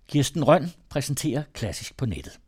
Kirsten Rønn præsenterer Klassisk på nettet.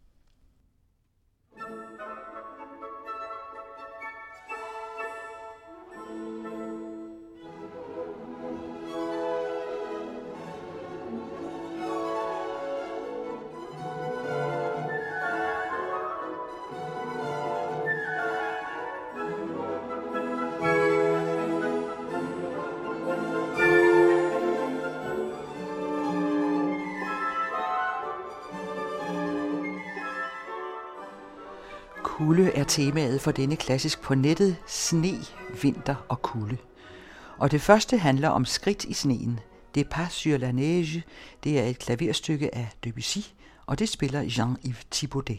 Kulde er temaet for denne Klassisk på nettet, sne, vinter og kulde. Og det første handler om skridt i sneen. Des pas sur la neige, det er et klaverstykke af Debussy, og det spiller Jean-Yves Thibaudet.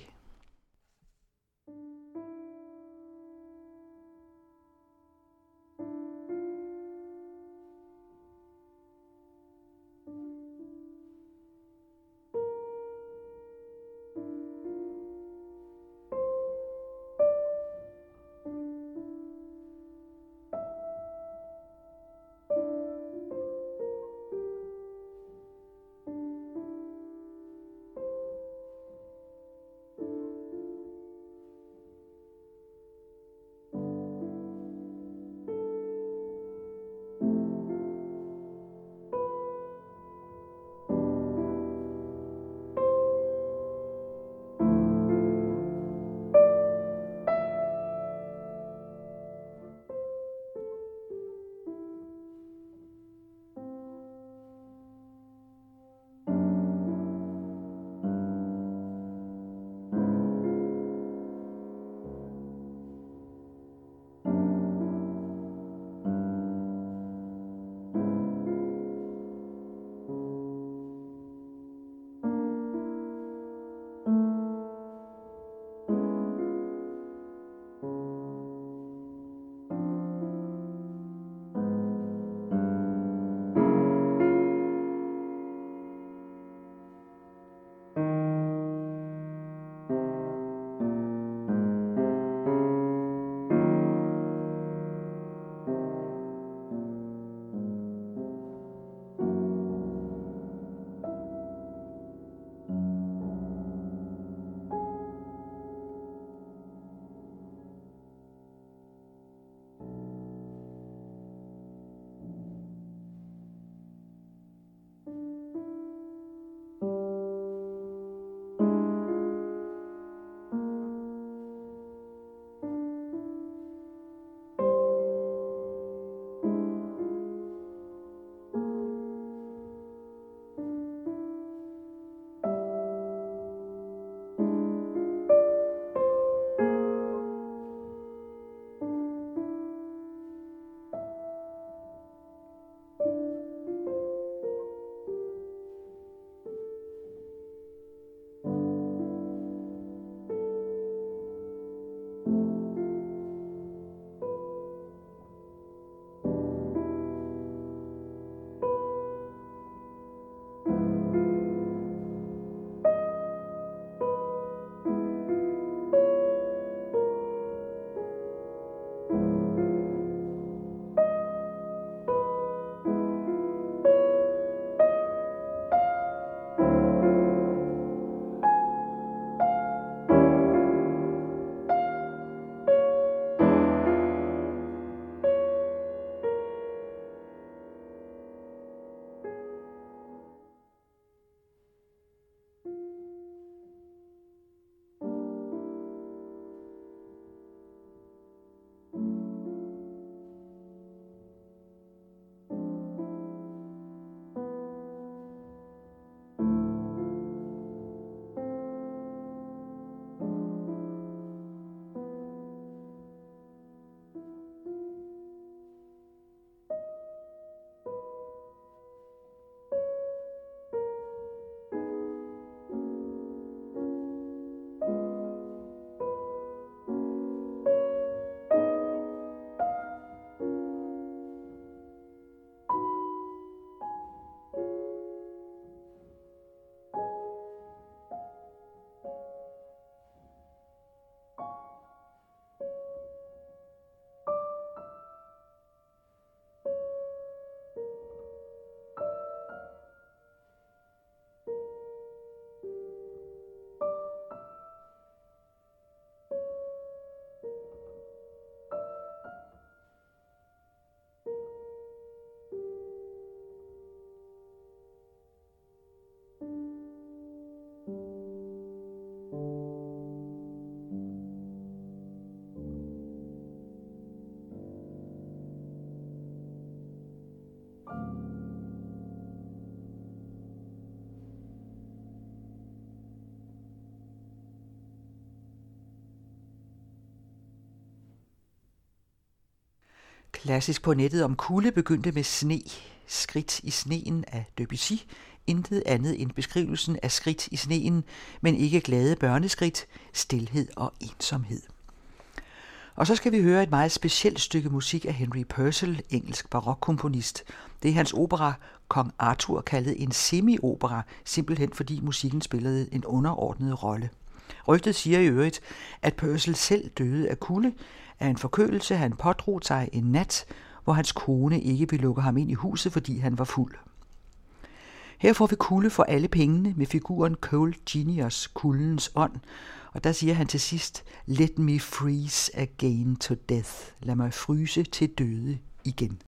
Klassisk på nettet om kulde begyndte med sne. Skridt i sneen af Debussy. Intet andet end beskrivelsen af skridt i sneen, men ikke glade børneskridt, stilhed og ensomhed. Og så skal vi høre et meget specielt stykke musik af Henry Purcell, engelsk barokkomponist. Det er hans opera Kong Arthur, kaldet en semi-opera, simpelthen fordi musikken spillede en underordnet rolle. Rygtet siger i øvrigt, at Purcell selv døde af kulde, af en forkølelse, han pådrog sig en nat, hvor hans kone ikke ville lukke ham ind i huset, fordi han var fuld. Her får vi kulde for alle pengene med figuren Cold Genius, kuldens ånd, og der siger han til sidst, let me freeze again to death, lad mig fryse til døde igen.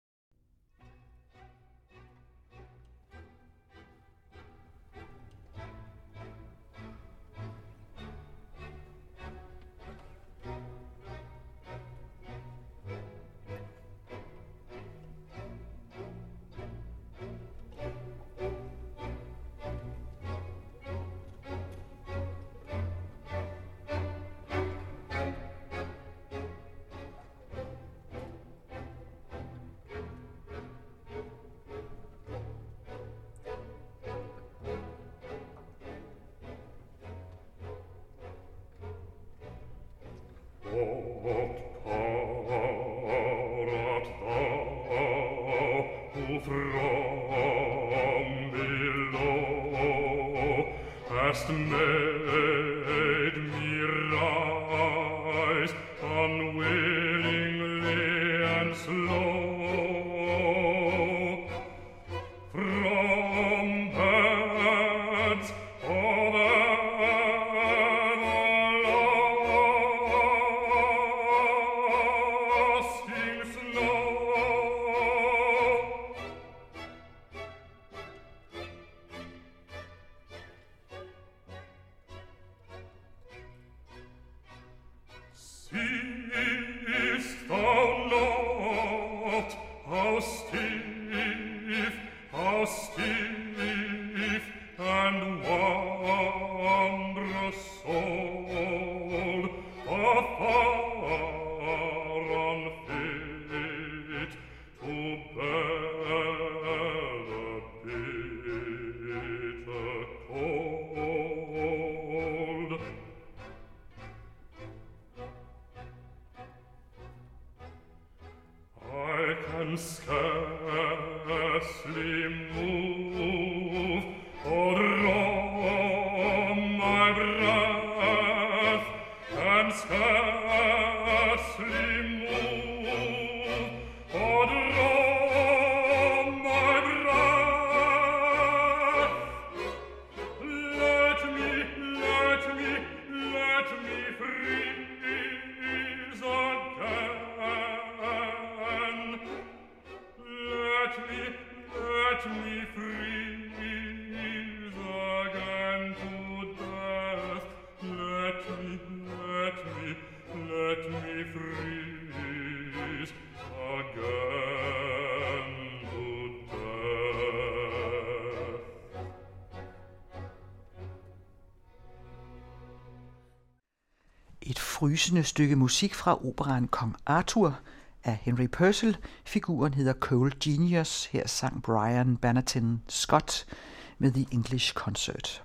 Et frysende stykke musik fra operaen Kong Arthur af Henry Purcell. Figuren hedder Cold Genius. Her sang Brian Bannatyne Scott med The English Concert.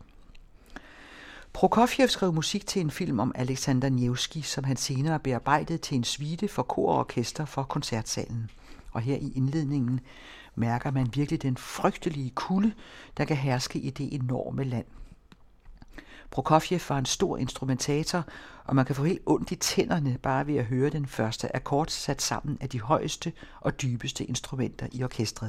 Prokofjev skrev musik til en film om Alexander Nevsky, som han senere bearbejdede til en suite for kor og orkester for koncertsalen. Og her i indledningen mærker man virkelig den frygtelige kulde, der kan herske i det enorme land. Prokofjev var en stor instrumentator, og man kan få helt ondt i tænderne bare ved at høre den første akkord sat sammen af de højeste og dybeste instrumenter i orkestret.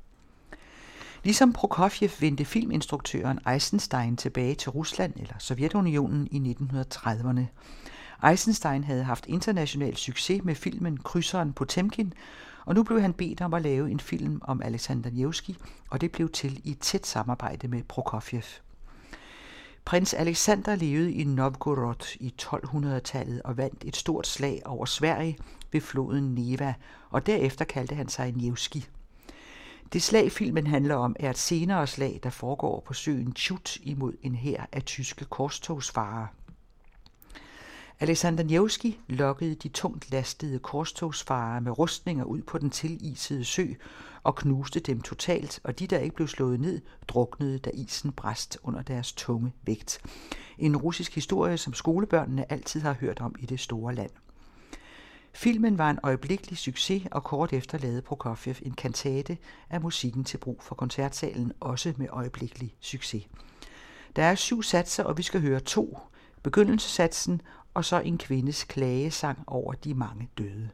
Ligesom Prokofjev vendte filminstruktøren Eisenstein tilbage til Rusland eller Sovjetunionen i 1930'erne. Eisenstein havde haft international succes med filmen Krydseren Potemkin, og nu blev han bedt om at lave en film om Alexander Nevsky, og det blev til i et tæt samarbejde med Prokofjev. Prins Alexander levede i Novgorod i 1200-tallet og vandt et stort slag over Sverige ved floden Neva, og derefter kaldte han sig Nevsky. Det slag, filmen handler om, er et senere slag, der foregår på søen Tjut imod en hær af tyske korstogsfarere. Alexander Nevsky lokkede de tungt lastede korstogsfarere med rustninger ud på den tilisede sø og knuste dem totalt, og de, der ikke blev slået ned, druknede, da isen brast under deres tunge vægt. En russisk historie, som skolebørnene altid har hørt om i det store land. Filmen var en øjeblikkelig succes, og kort efter lavede Prokofjev en kantate af musikken til brug for koncertsalen, også med øjeblikkelig succes. Der er 7 satser, og vi skal høre 2. Begyndelsessatsen og så en kvindes klagesang over de mange døde.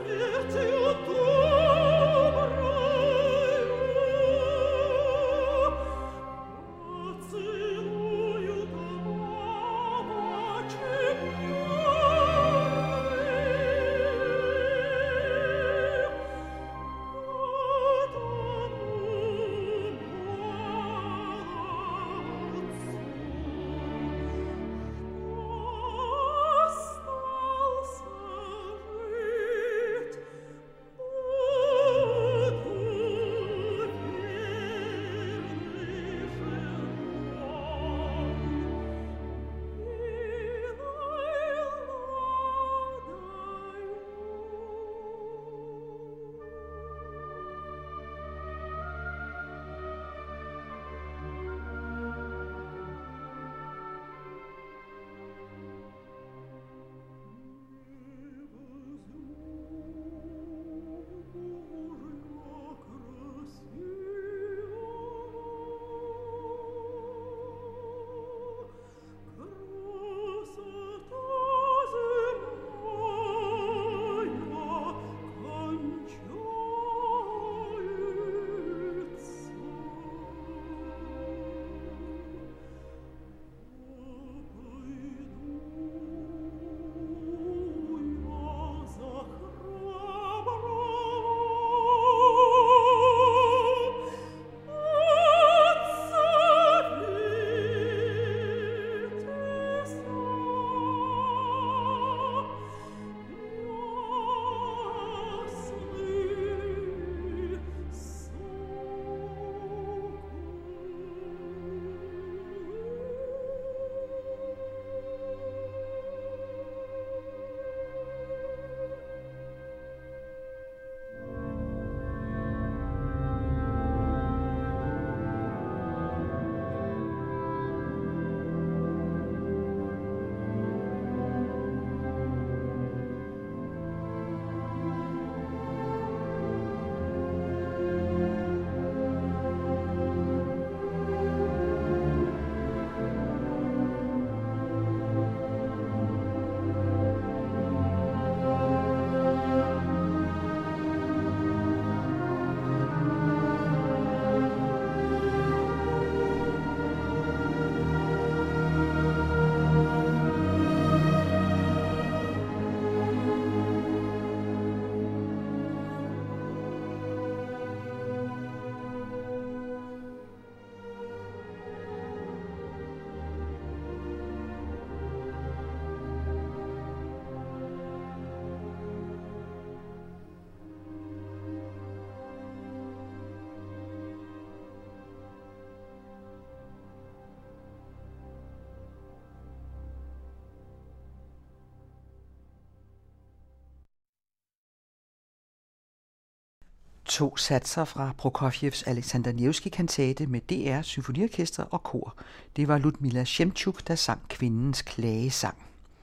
To satser fra Prokofjevs Alexander Nevsky-kantate med DR Symfoniorkester og kor. Det var Ludmila Shemchuk, der sang Kvindens klagesang.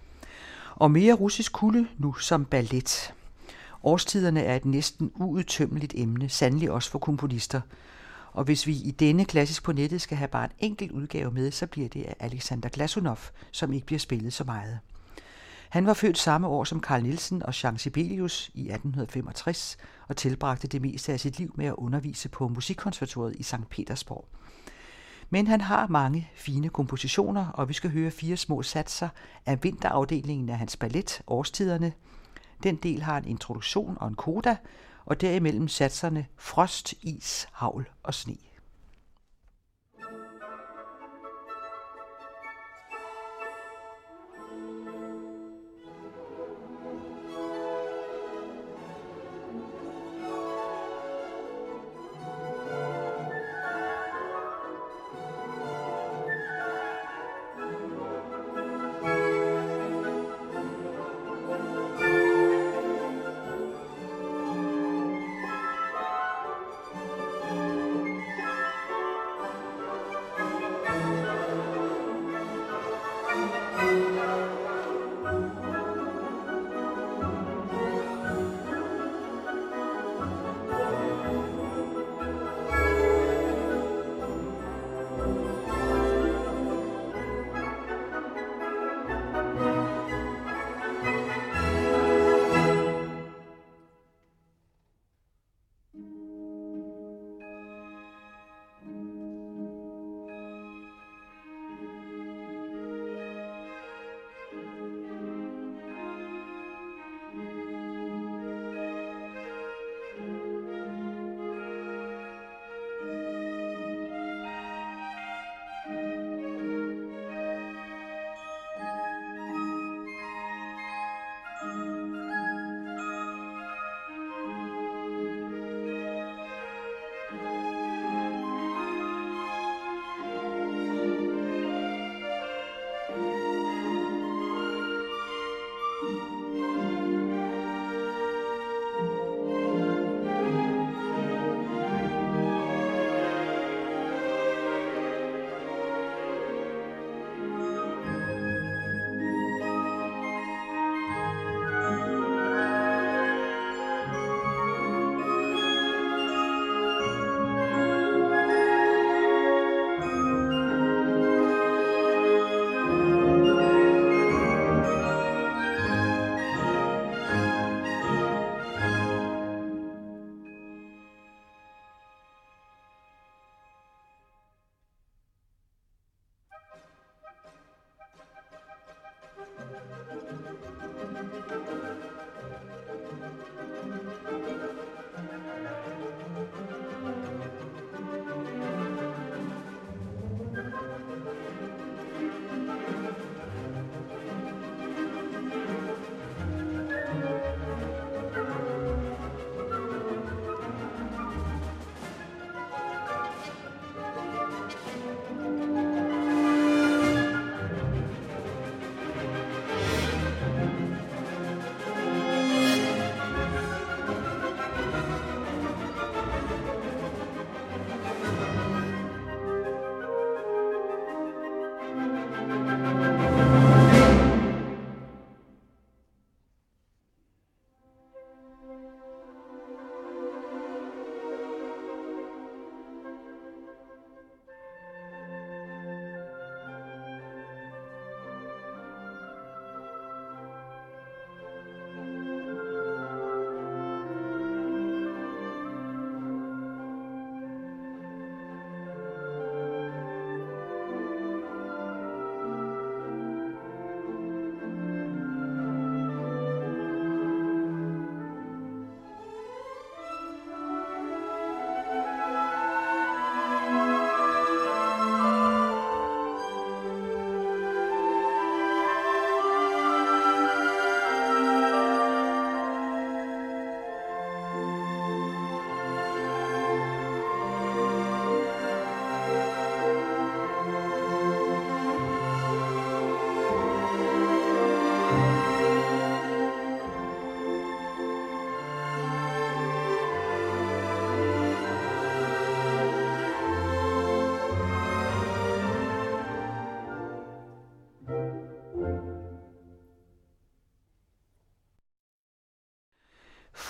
Og mere russisk kulde nu som ballet. Årstiderne er et næsten uudtømmeligt emne, sandelig også for komponister. Og hvis vi i denne Klassisk på nettet skal have bare en enkelt udgave med, så bliver det af Alexander Glazunov, som ikke bliver spillet så meget. Han var født samme år som Carl Nielsen og Jean Sibelius i 1865 og tilbragte det meste af sit liv med at undervise på Musikkonservatoriet i Sankt Petersborg. Men han har mange fine kompositioner, og vi skal høre 4 små satser af vinterafdelingen af hans ballet Årstiderne. Den del har en introduktion og en coda, og derimellem satserne frost, is, hagl og sne.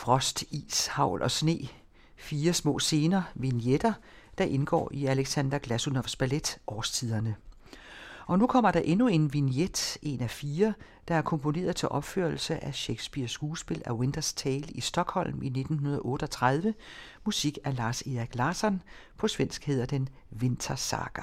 frost, is, hagl og sne. 4 små scener, vignetter, der indgår i Alexander Glasunovs ballet Årstiderne. Og nu kommer der endnu en vignet, en af 4, der er komponeret til opførelse af Shakespeares skuespil A Winter's Tale i Stockholm i 1938, musik af Lars Erik Larsson, på svensk hedder den Vintersaga.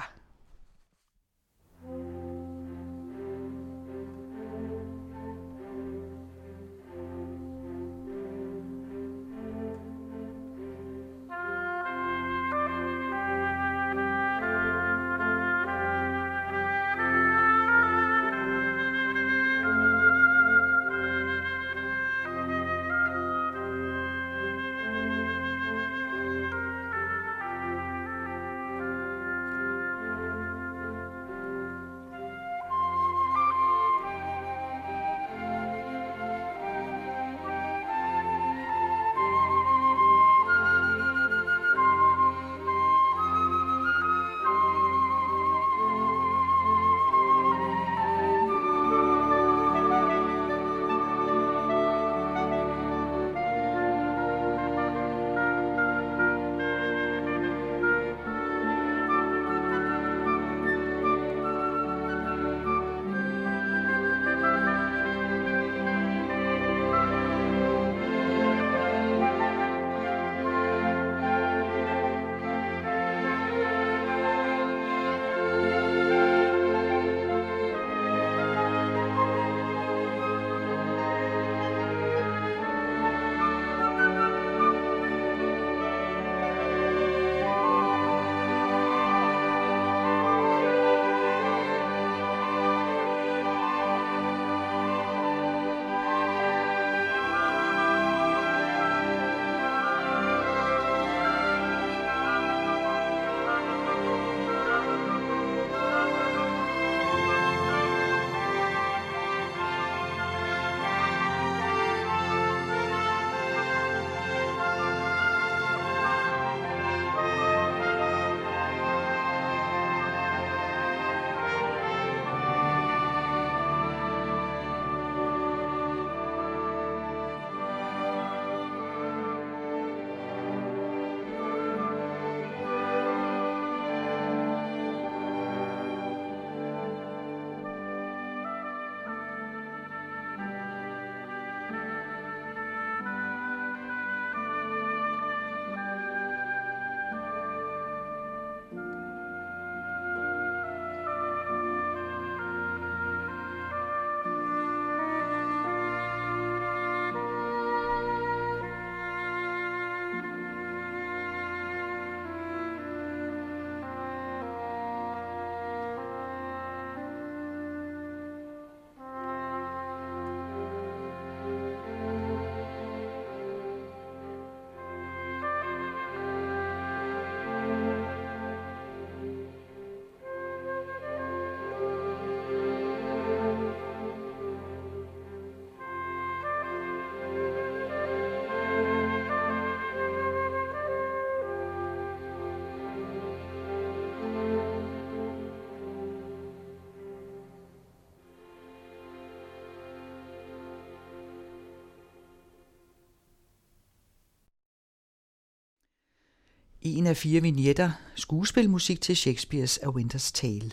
En af 4 vignetter, skuespilmusik til Shakespeares A Winter's Tale.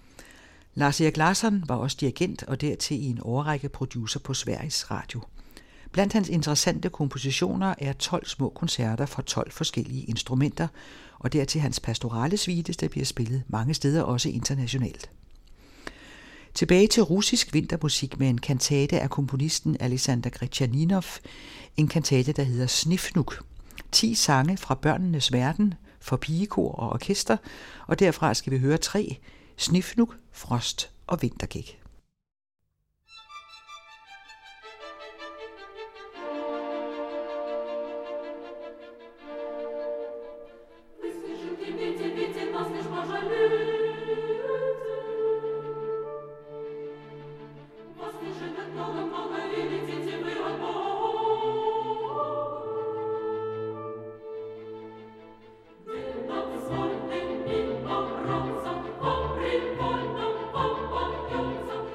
Lars Erik Larsson var også dirigent og dertil i en årrække producer på Sveriges Radio. Blandt hans interessante kompositioner er 12 små koncerter for 12 forskellige instrumenter, og dertil hans pastorale suite, der bliver spillet mange steder, også internationalt. Tilbage til russisk vintermusik med en kantate af komponisten Alexander Gretjaninov, en kantate, der hedder Snifnuk. 10 sange fra børnenes verden for pigekor og orkester, og derfra skal vi høre 3, Snifnuk, Frost og Vintergæk. Прикольно, папа,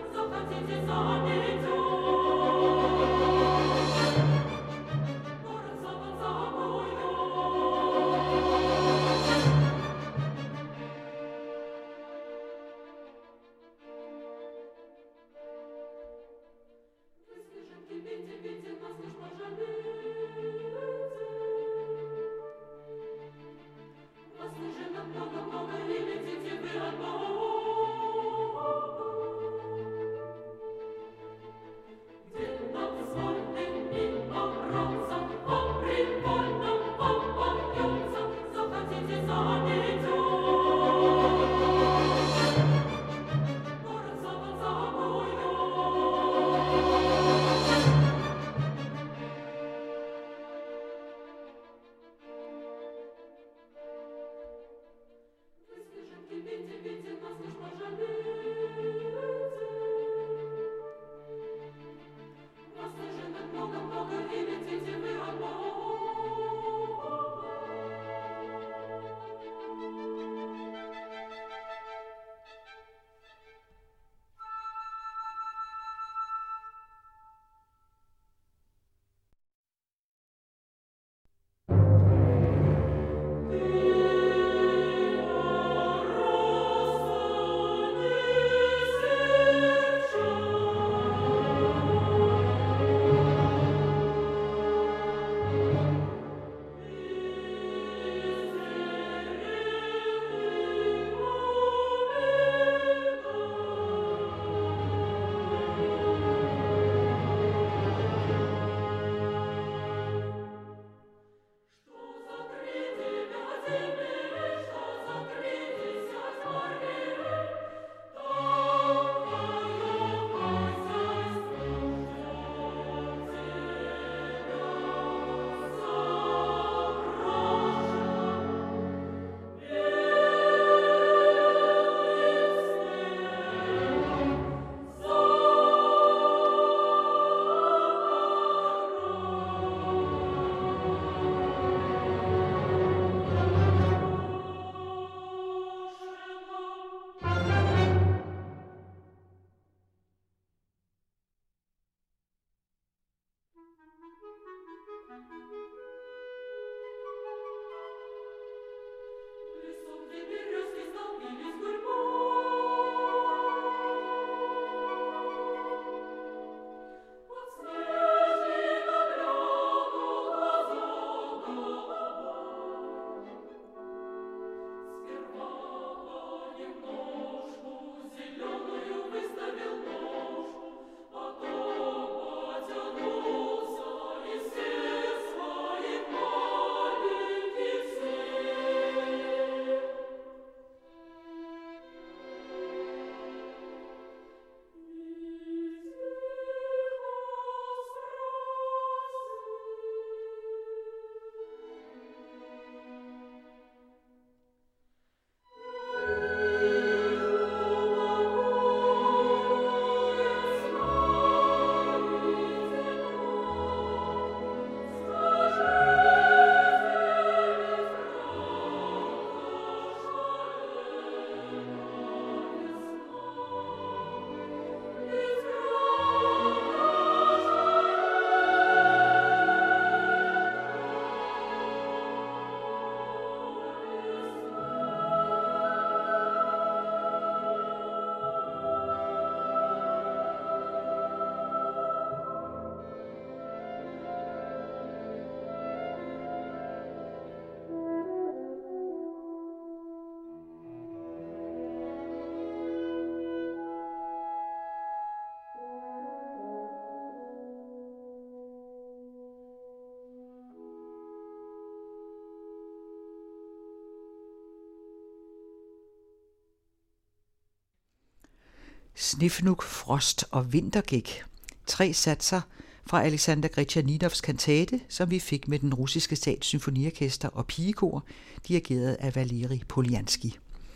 Snefnug, Frost og Vintergæk. 3 satser fra Alexander Gretjaninovs kantate, som vi fik med den russiske statssymfoniorkester og pigekor, dirigeret af Valeri Poljanski.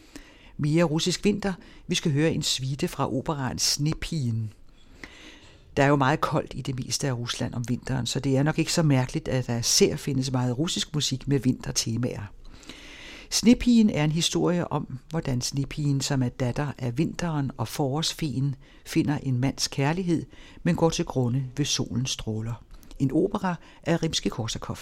Mere russisk vinter. Vi skal høre en suite fra operaen Snepigen. Der er jo meget koldt i det meste af Rusland om vinteren, så det er nok ikke så mærkeligt, at der findes meget russisk musik med vintertemaer. Snepigen er en historie om, hvordan Snepigen, som er datter af vinteren og forårsfeen, finder en mands kærlighed, men går til grunde ved solens stråler. En opera af Rimskij-Korsakov.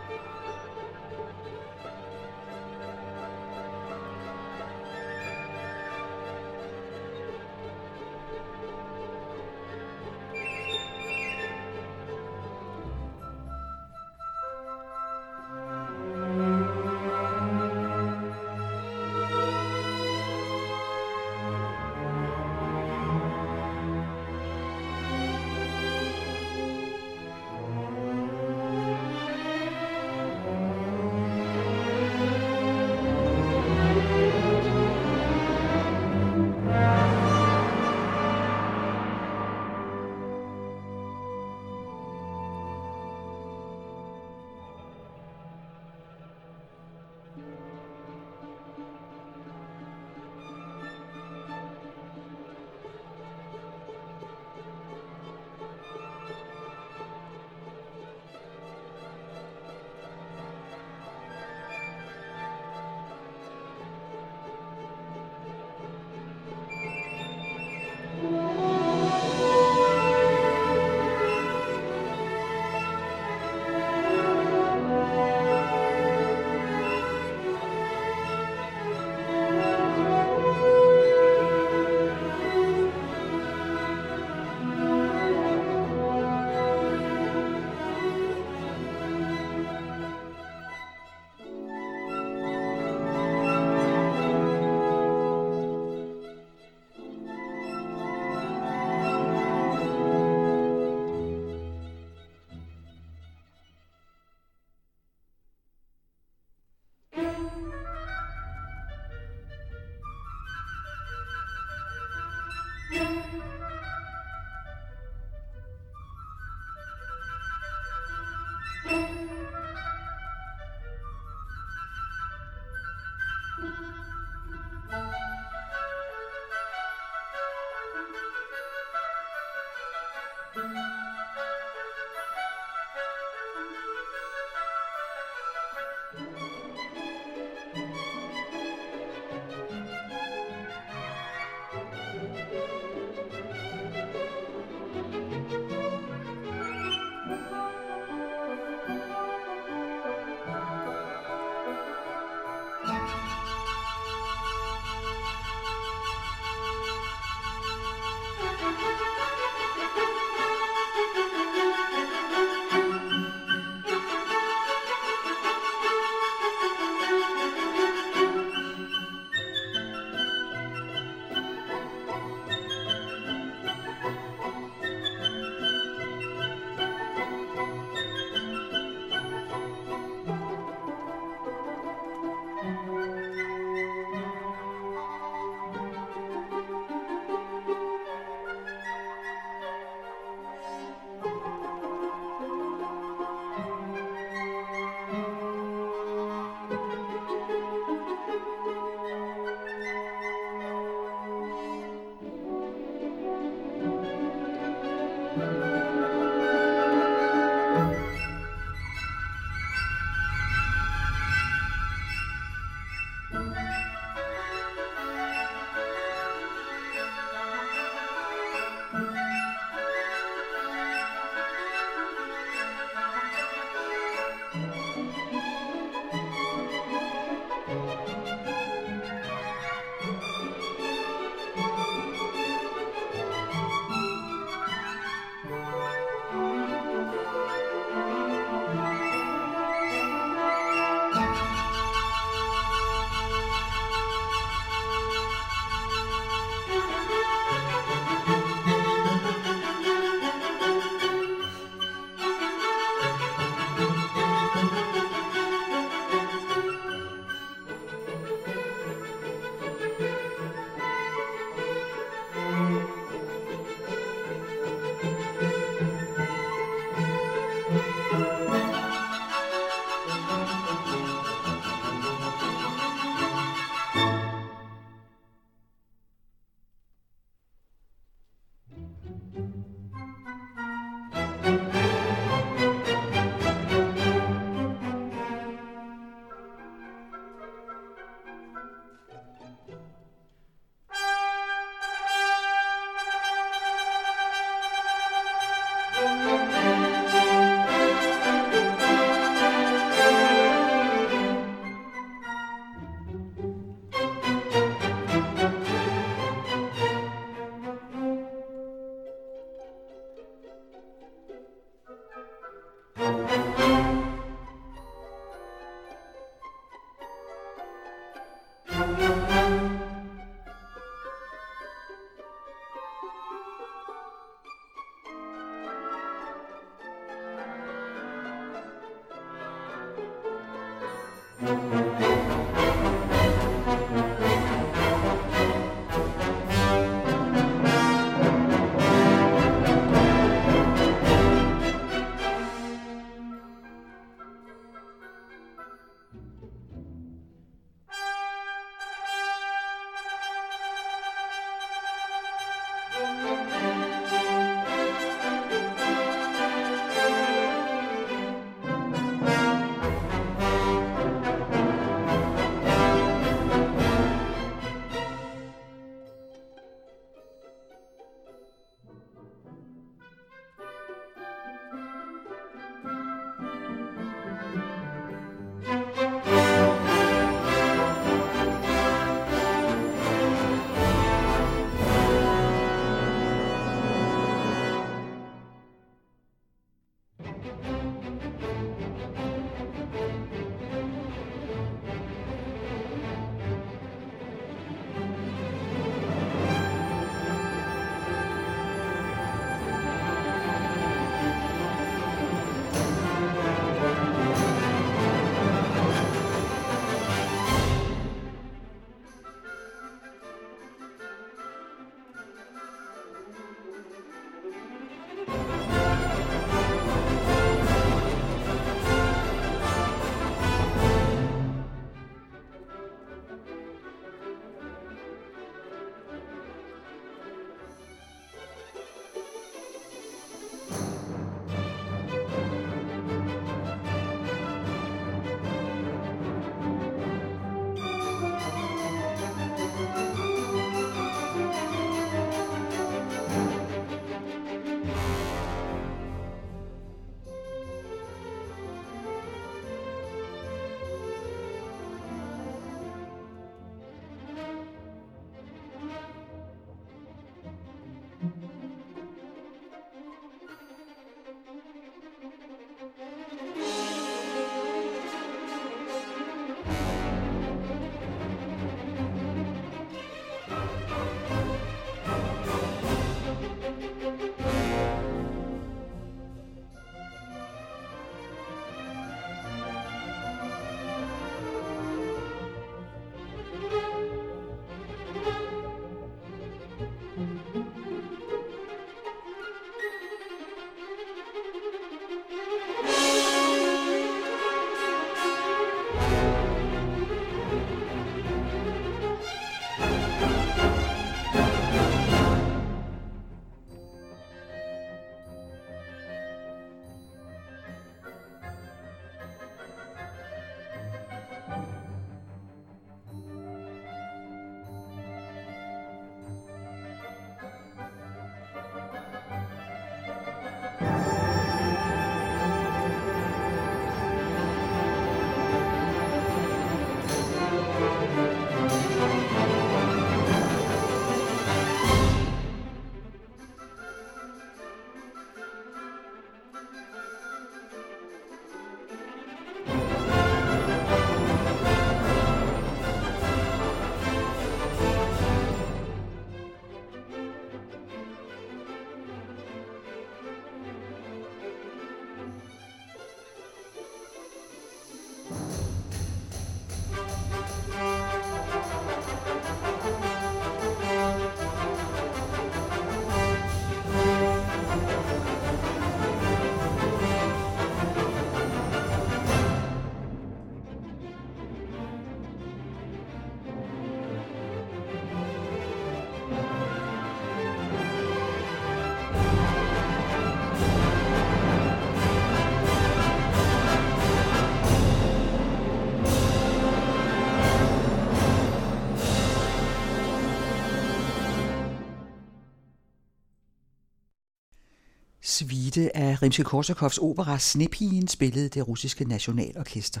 Suite af Rimskij-Korsakovs opera Snepigen spillede det russiske nationalorkester.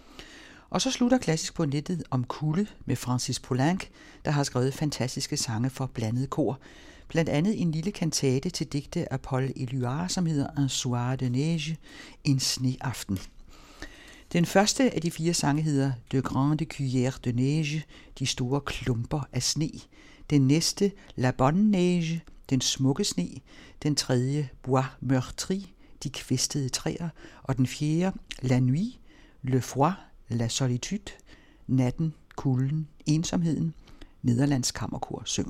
Og så slutter Klassisk på nettet om kulde med Francis Poulenc, der har skrevet fantastiske sange for blandet kor, blandt andet en lille kantate til digte af Paul Éluard, som hedder Un soir de neige, en sneaften. Den første af de 4 sange hedder De grande cuillères de neige, de store klumper af sne. Den næste La bonne neige, den smukke sne. Den tredje Bois meurtri, de kvæstede træer. Og den fjerde La nuit, le froid, La Solitude, natten, kulden, ensomheden, Nederlands Kammerkor synger.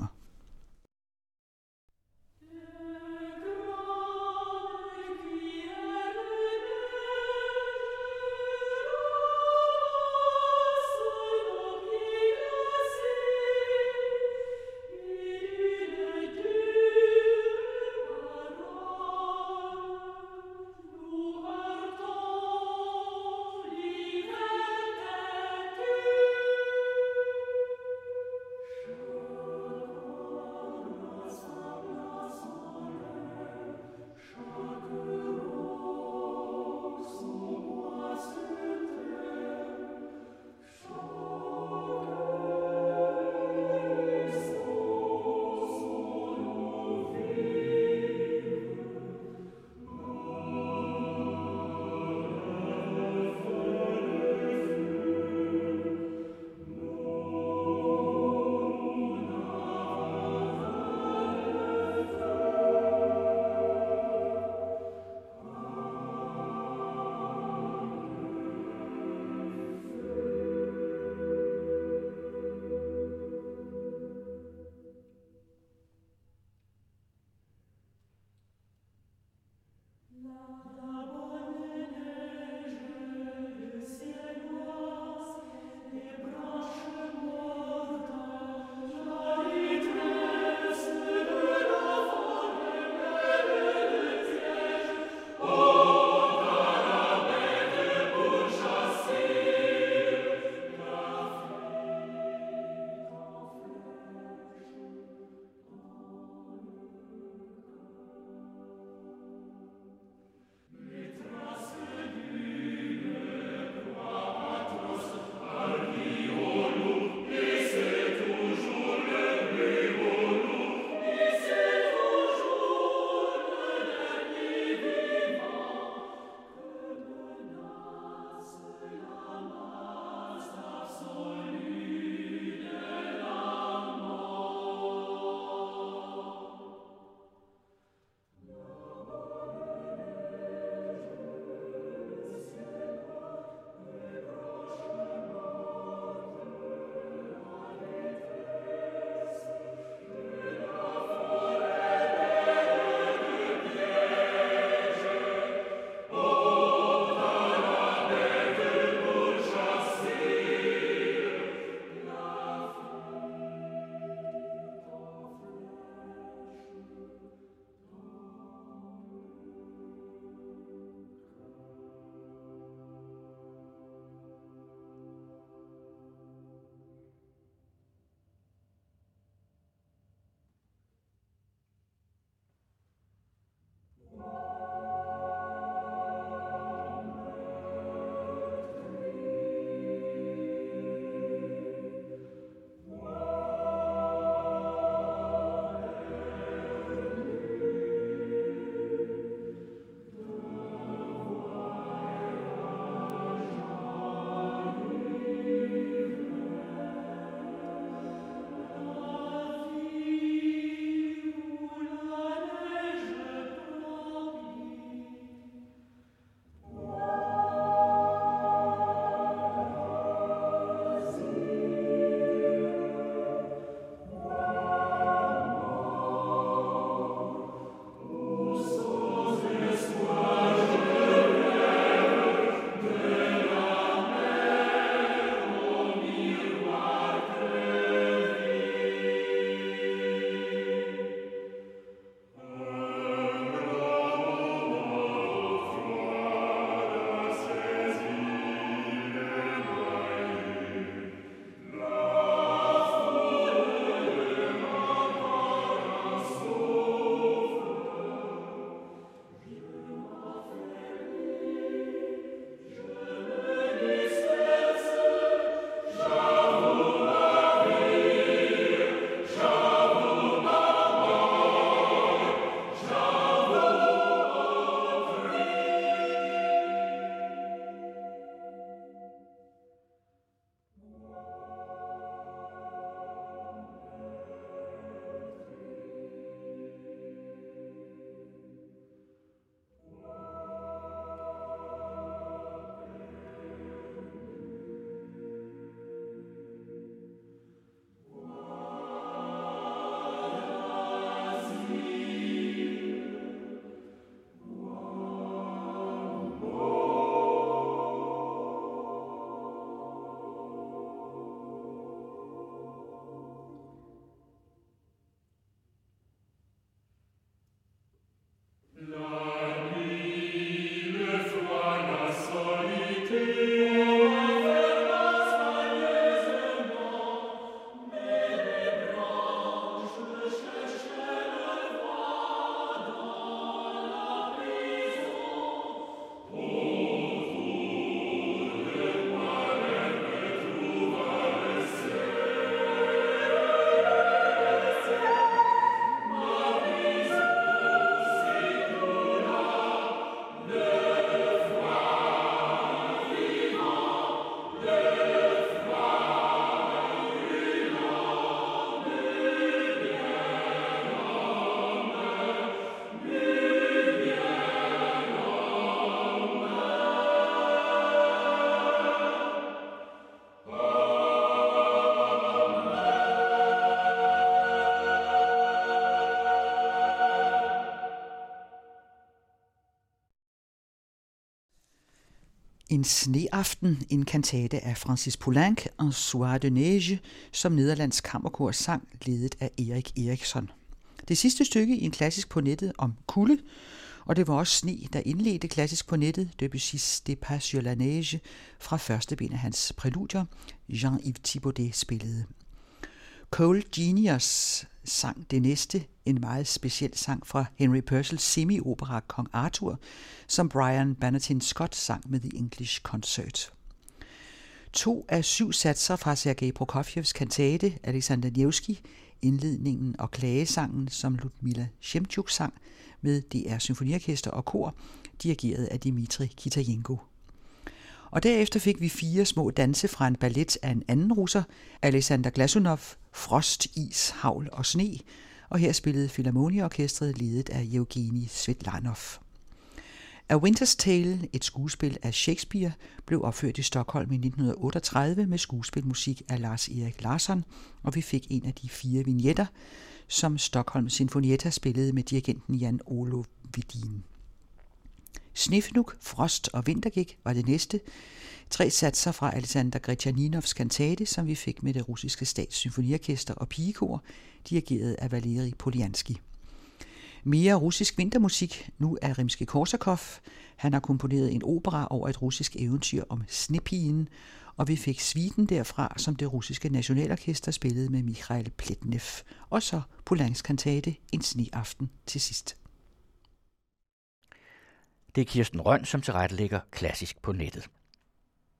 En sneaften, en kantate af Francis Poulenc, Un soir de neige, som nederlandsk kammerkor sang, ledet af Erik Eriksson. Det sidste stykke i en klassisk på nettet om kulde, og det var også sne, der indledte klassisk på nettet, Debussys Des Pas sur la neige, fra første bind af hans præludier, Jean-Yves Thibaudet spillede. Cold Genius sang det næste, en meget speciel sang fra Henry Purcells semi-opera Kong Arthur, som Brian Bannatyne Scott sang med The English Concert. 2 af 7 satser fra Sergej Prokofjevs kantate, Alexander Nevsky, indledningen og klagesangen, som Ludmila Shemtjuk sang med DR Symfoniorkester og kor, dirigeret af Dmitri Kitajenko. Og derefter fik vi 4 små danse fra en ballet af en anden russer, Alexander Glazunov, Frost, is, hagl og sne, og her spillede Filharmonieorkestret ledet af Evgeni Svetlanov. A Winter's Tale, et skuespil af Shakespeare, blev opført i Stockholm i 1938 med skuespilmusik af Lars Erik Larsson, og vi fik en af de 4 vignetter, som Stockholm Sinfonietta spillede med dirigenten Jan Olof Widin. Snefnug, Frost og Vintergæk var det næste. 3 satser fra Alexander Gretjaninovs kantate, som vi fik med det russiske statssymfoniorkester og pigekor, dirigeret af Valeri Polyansky. Mere russisk vintermusik, nu af Rimskij-Korsakov. Han har komponeret en opera over et russisk eventyr om Snepigen, og vi fik suiten derfra, som det russiske nationalorkester spillede med Mikhail Pletnev, og så Poulencs kantate En sneaften til sidst. Det er Kirsten Rønn, som tilrettelægger Klassisk på nettet.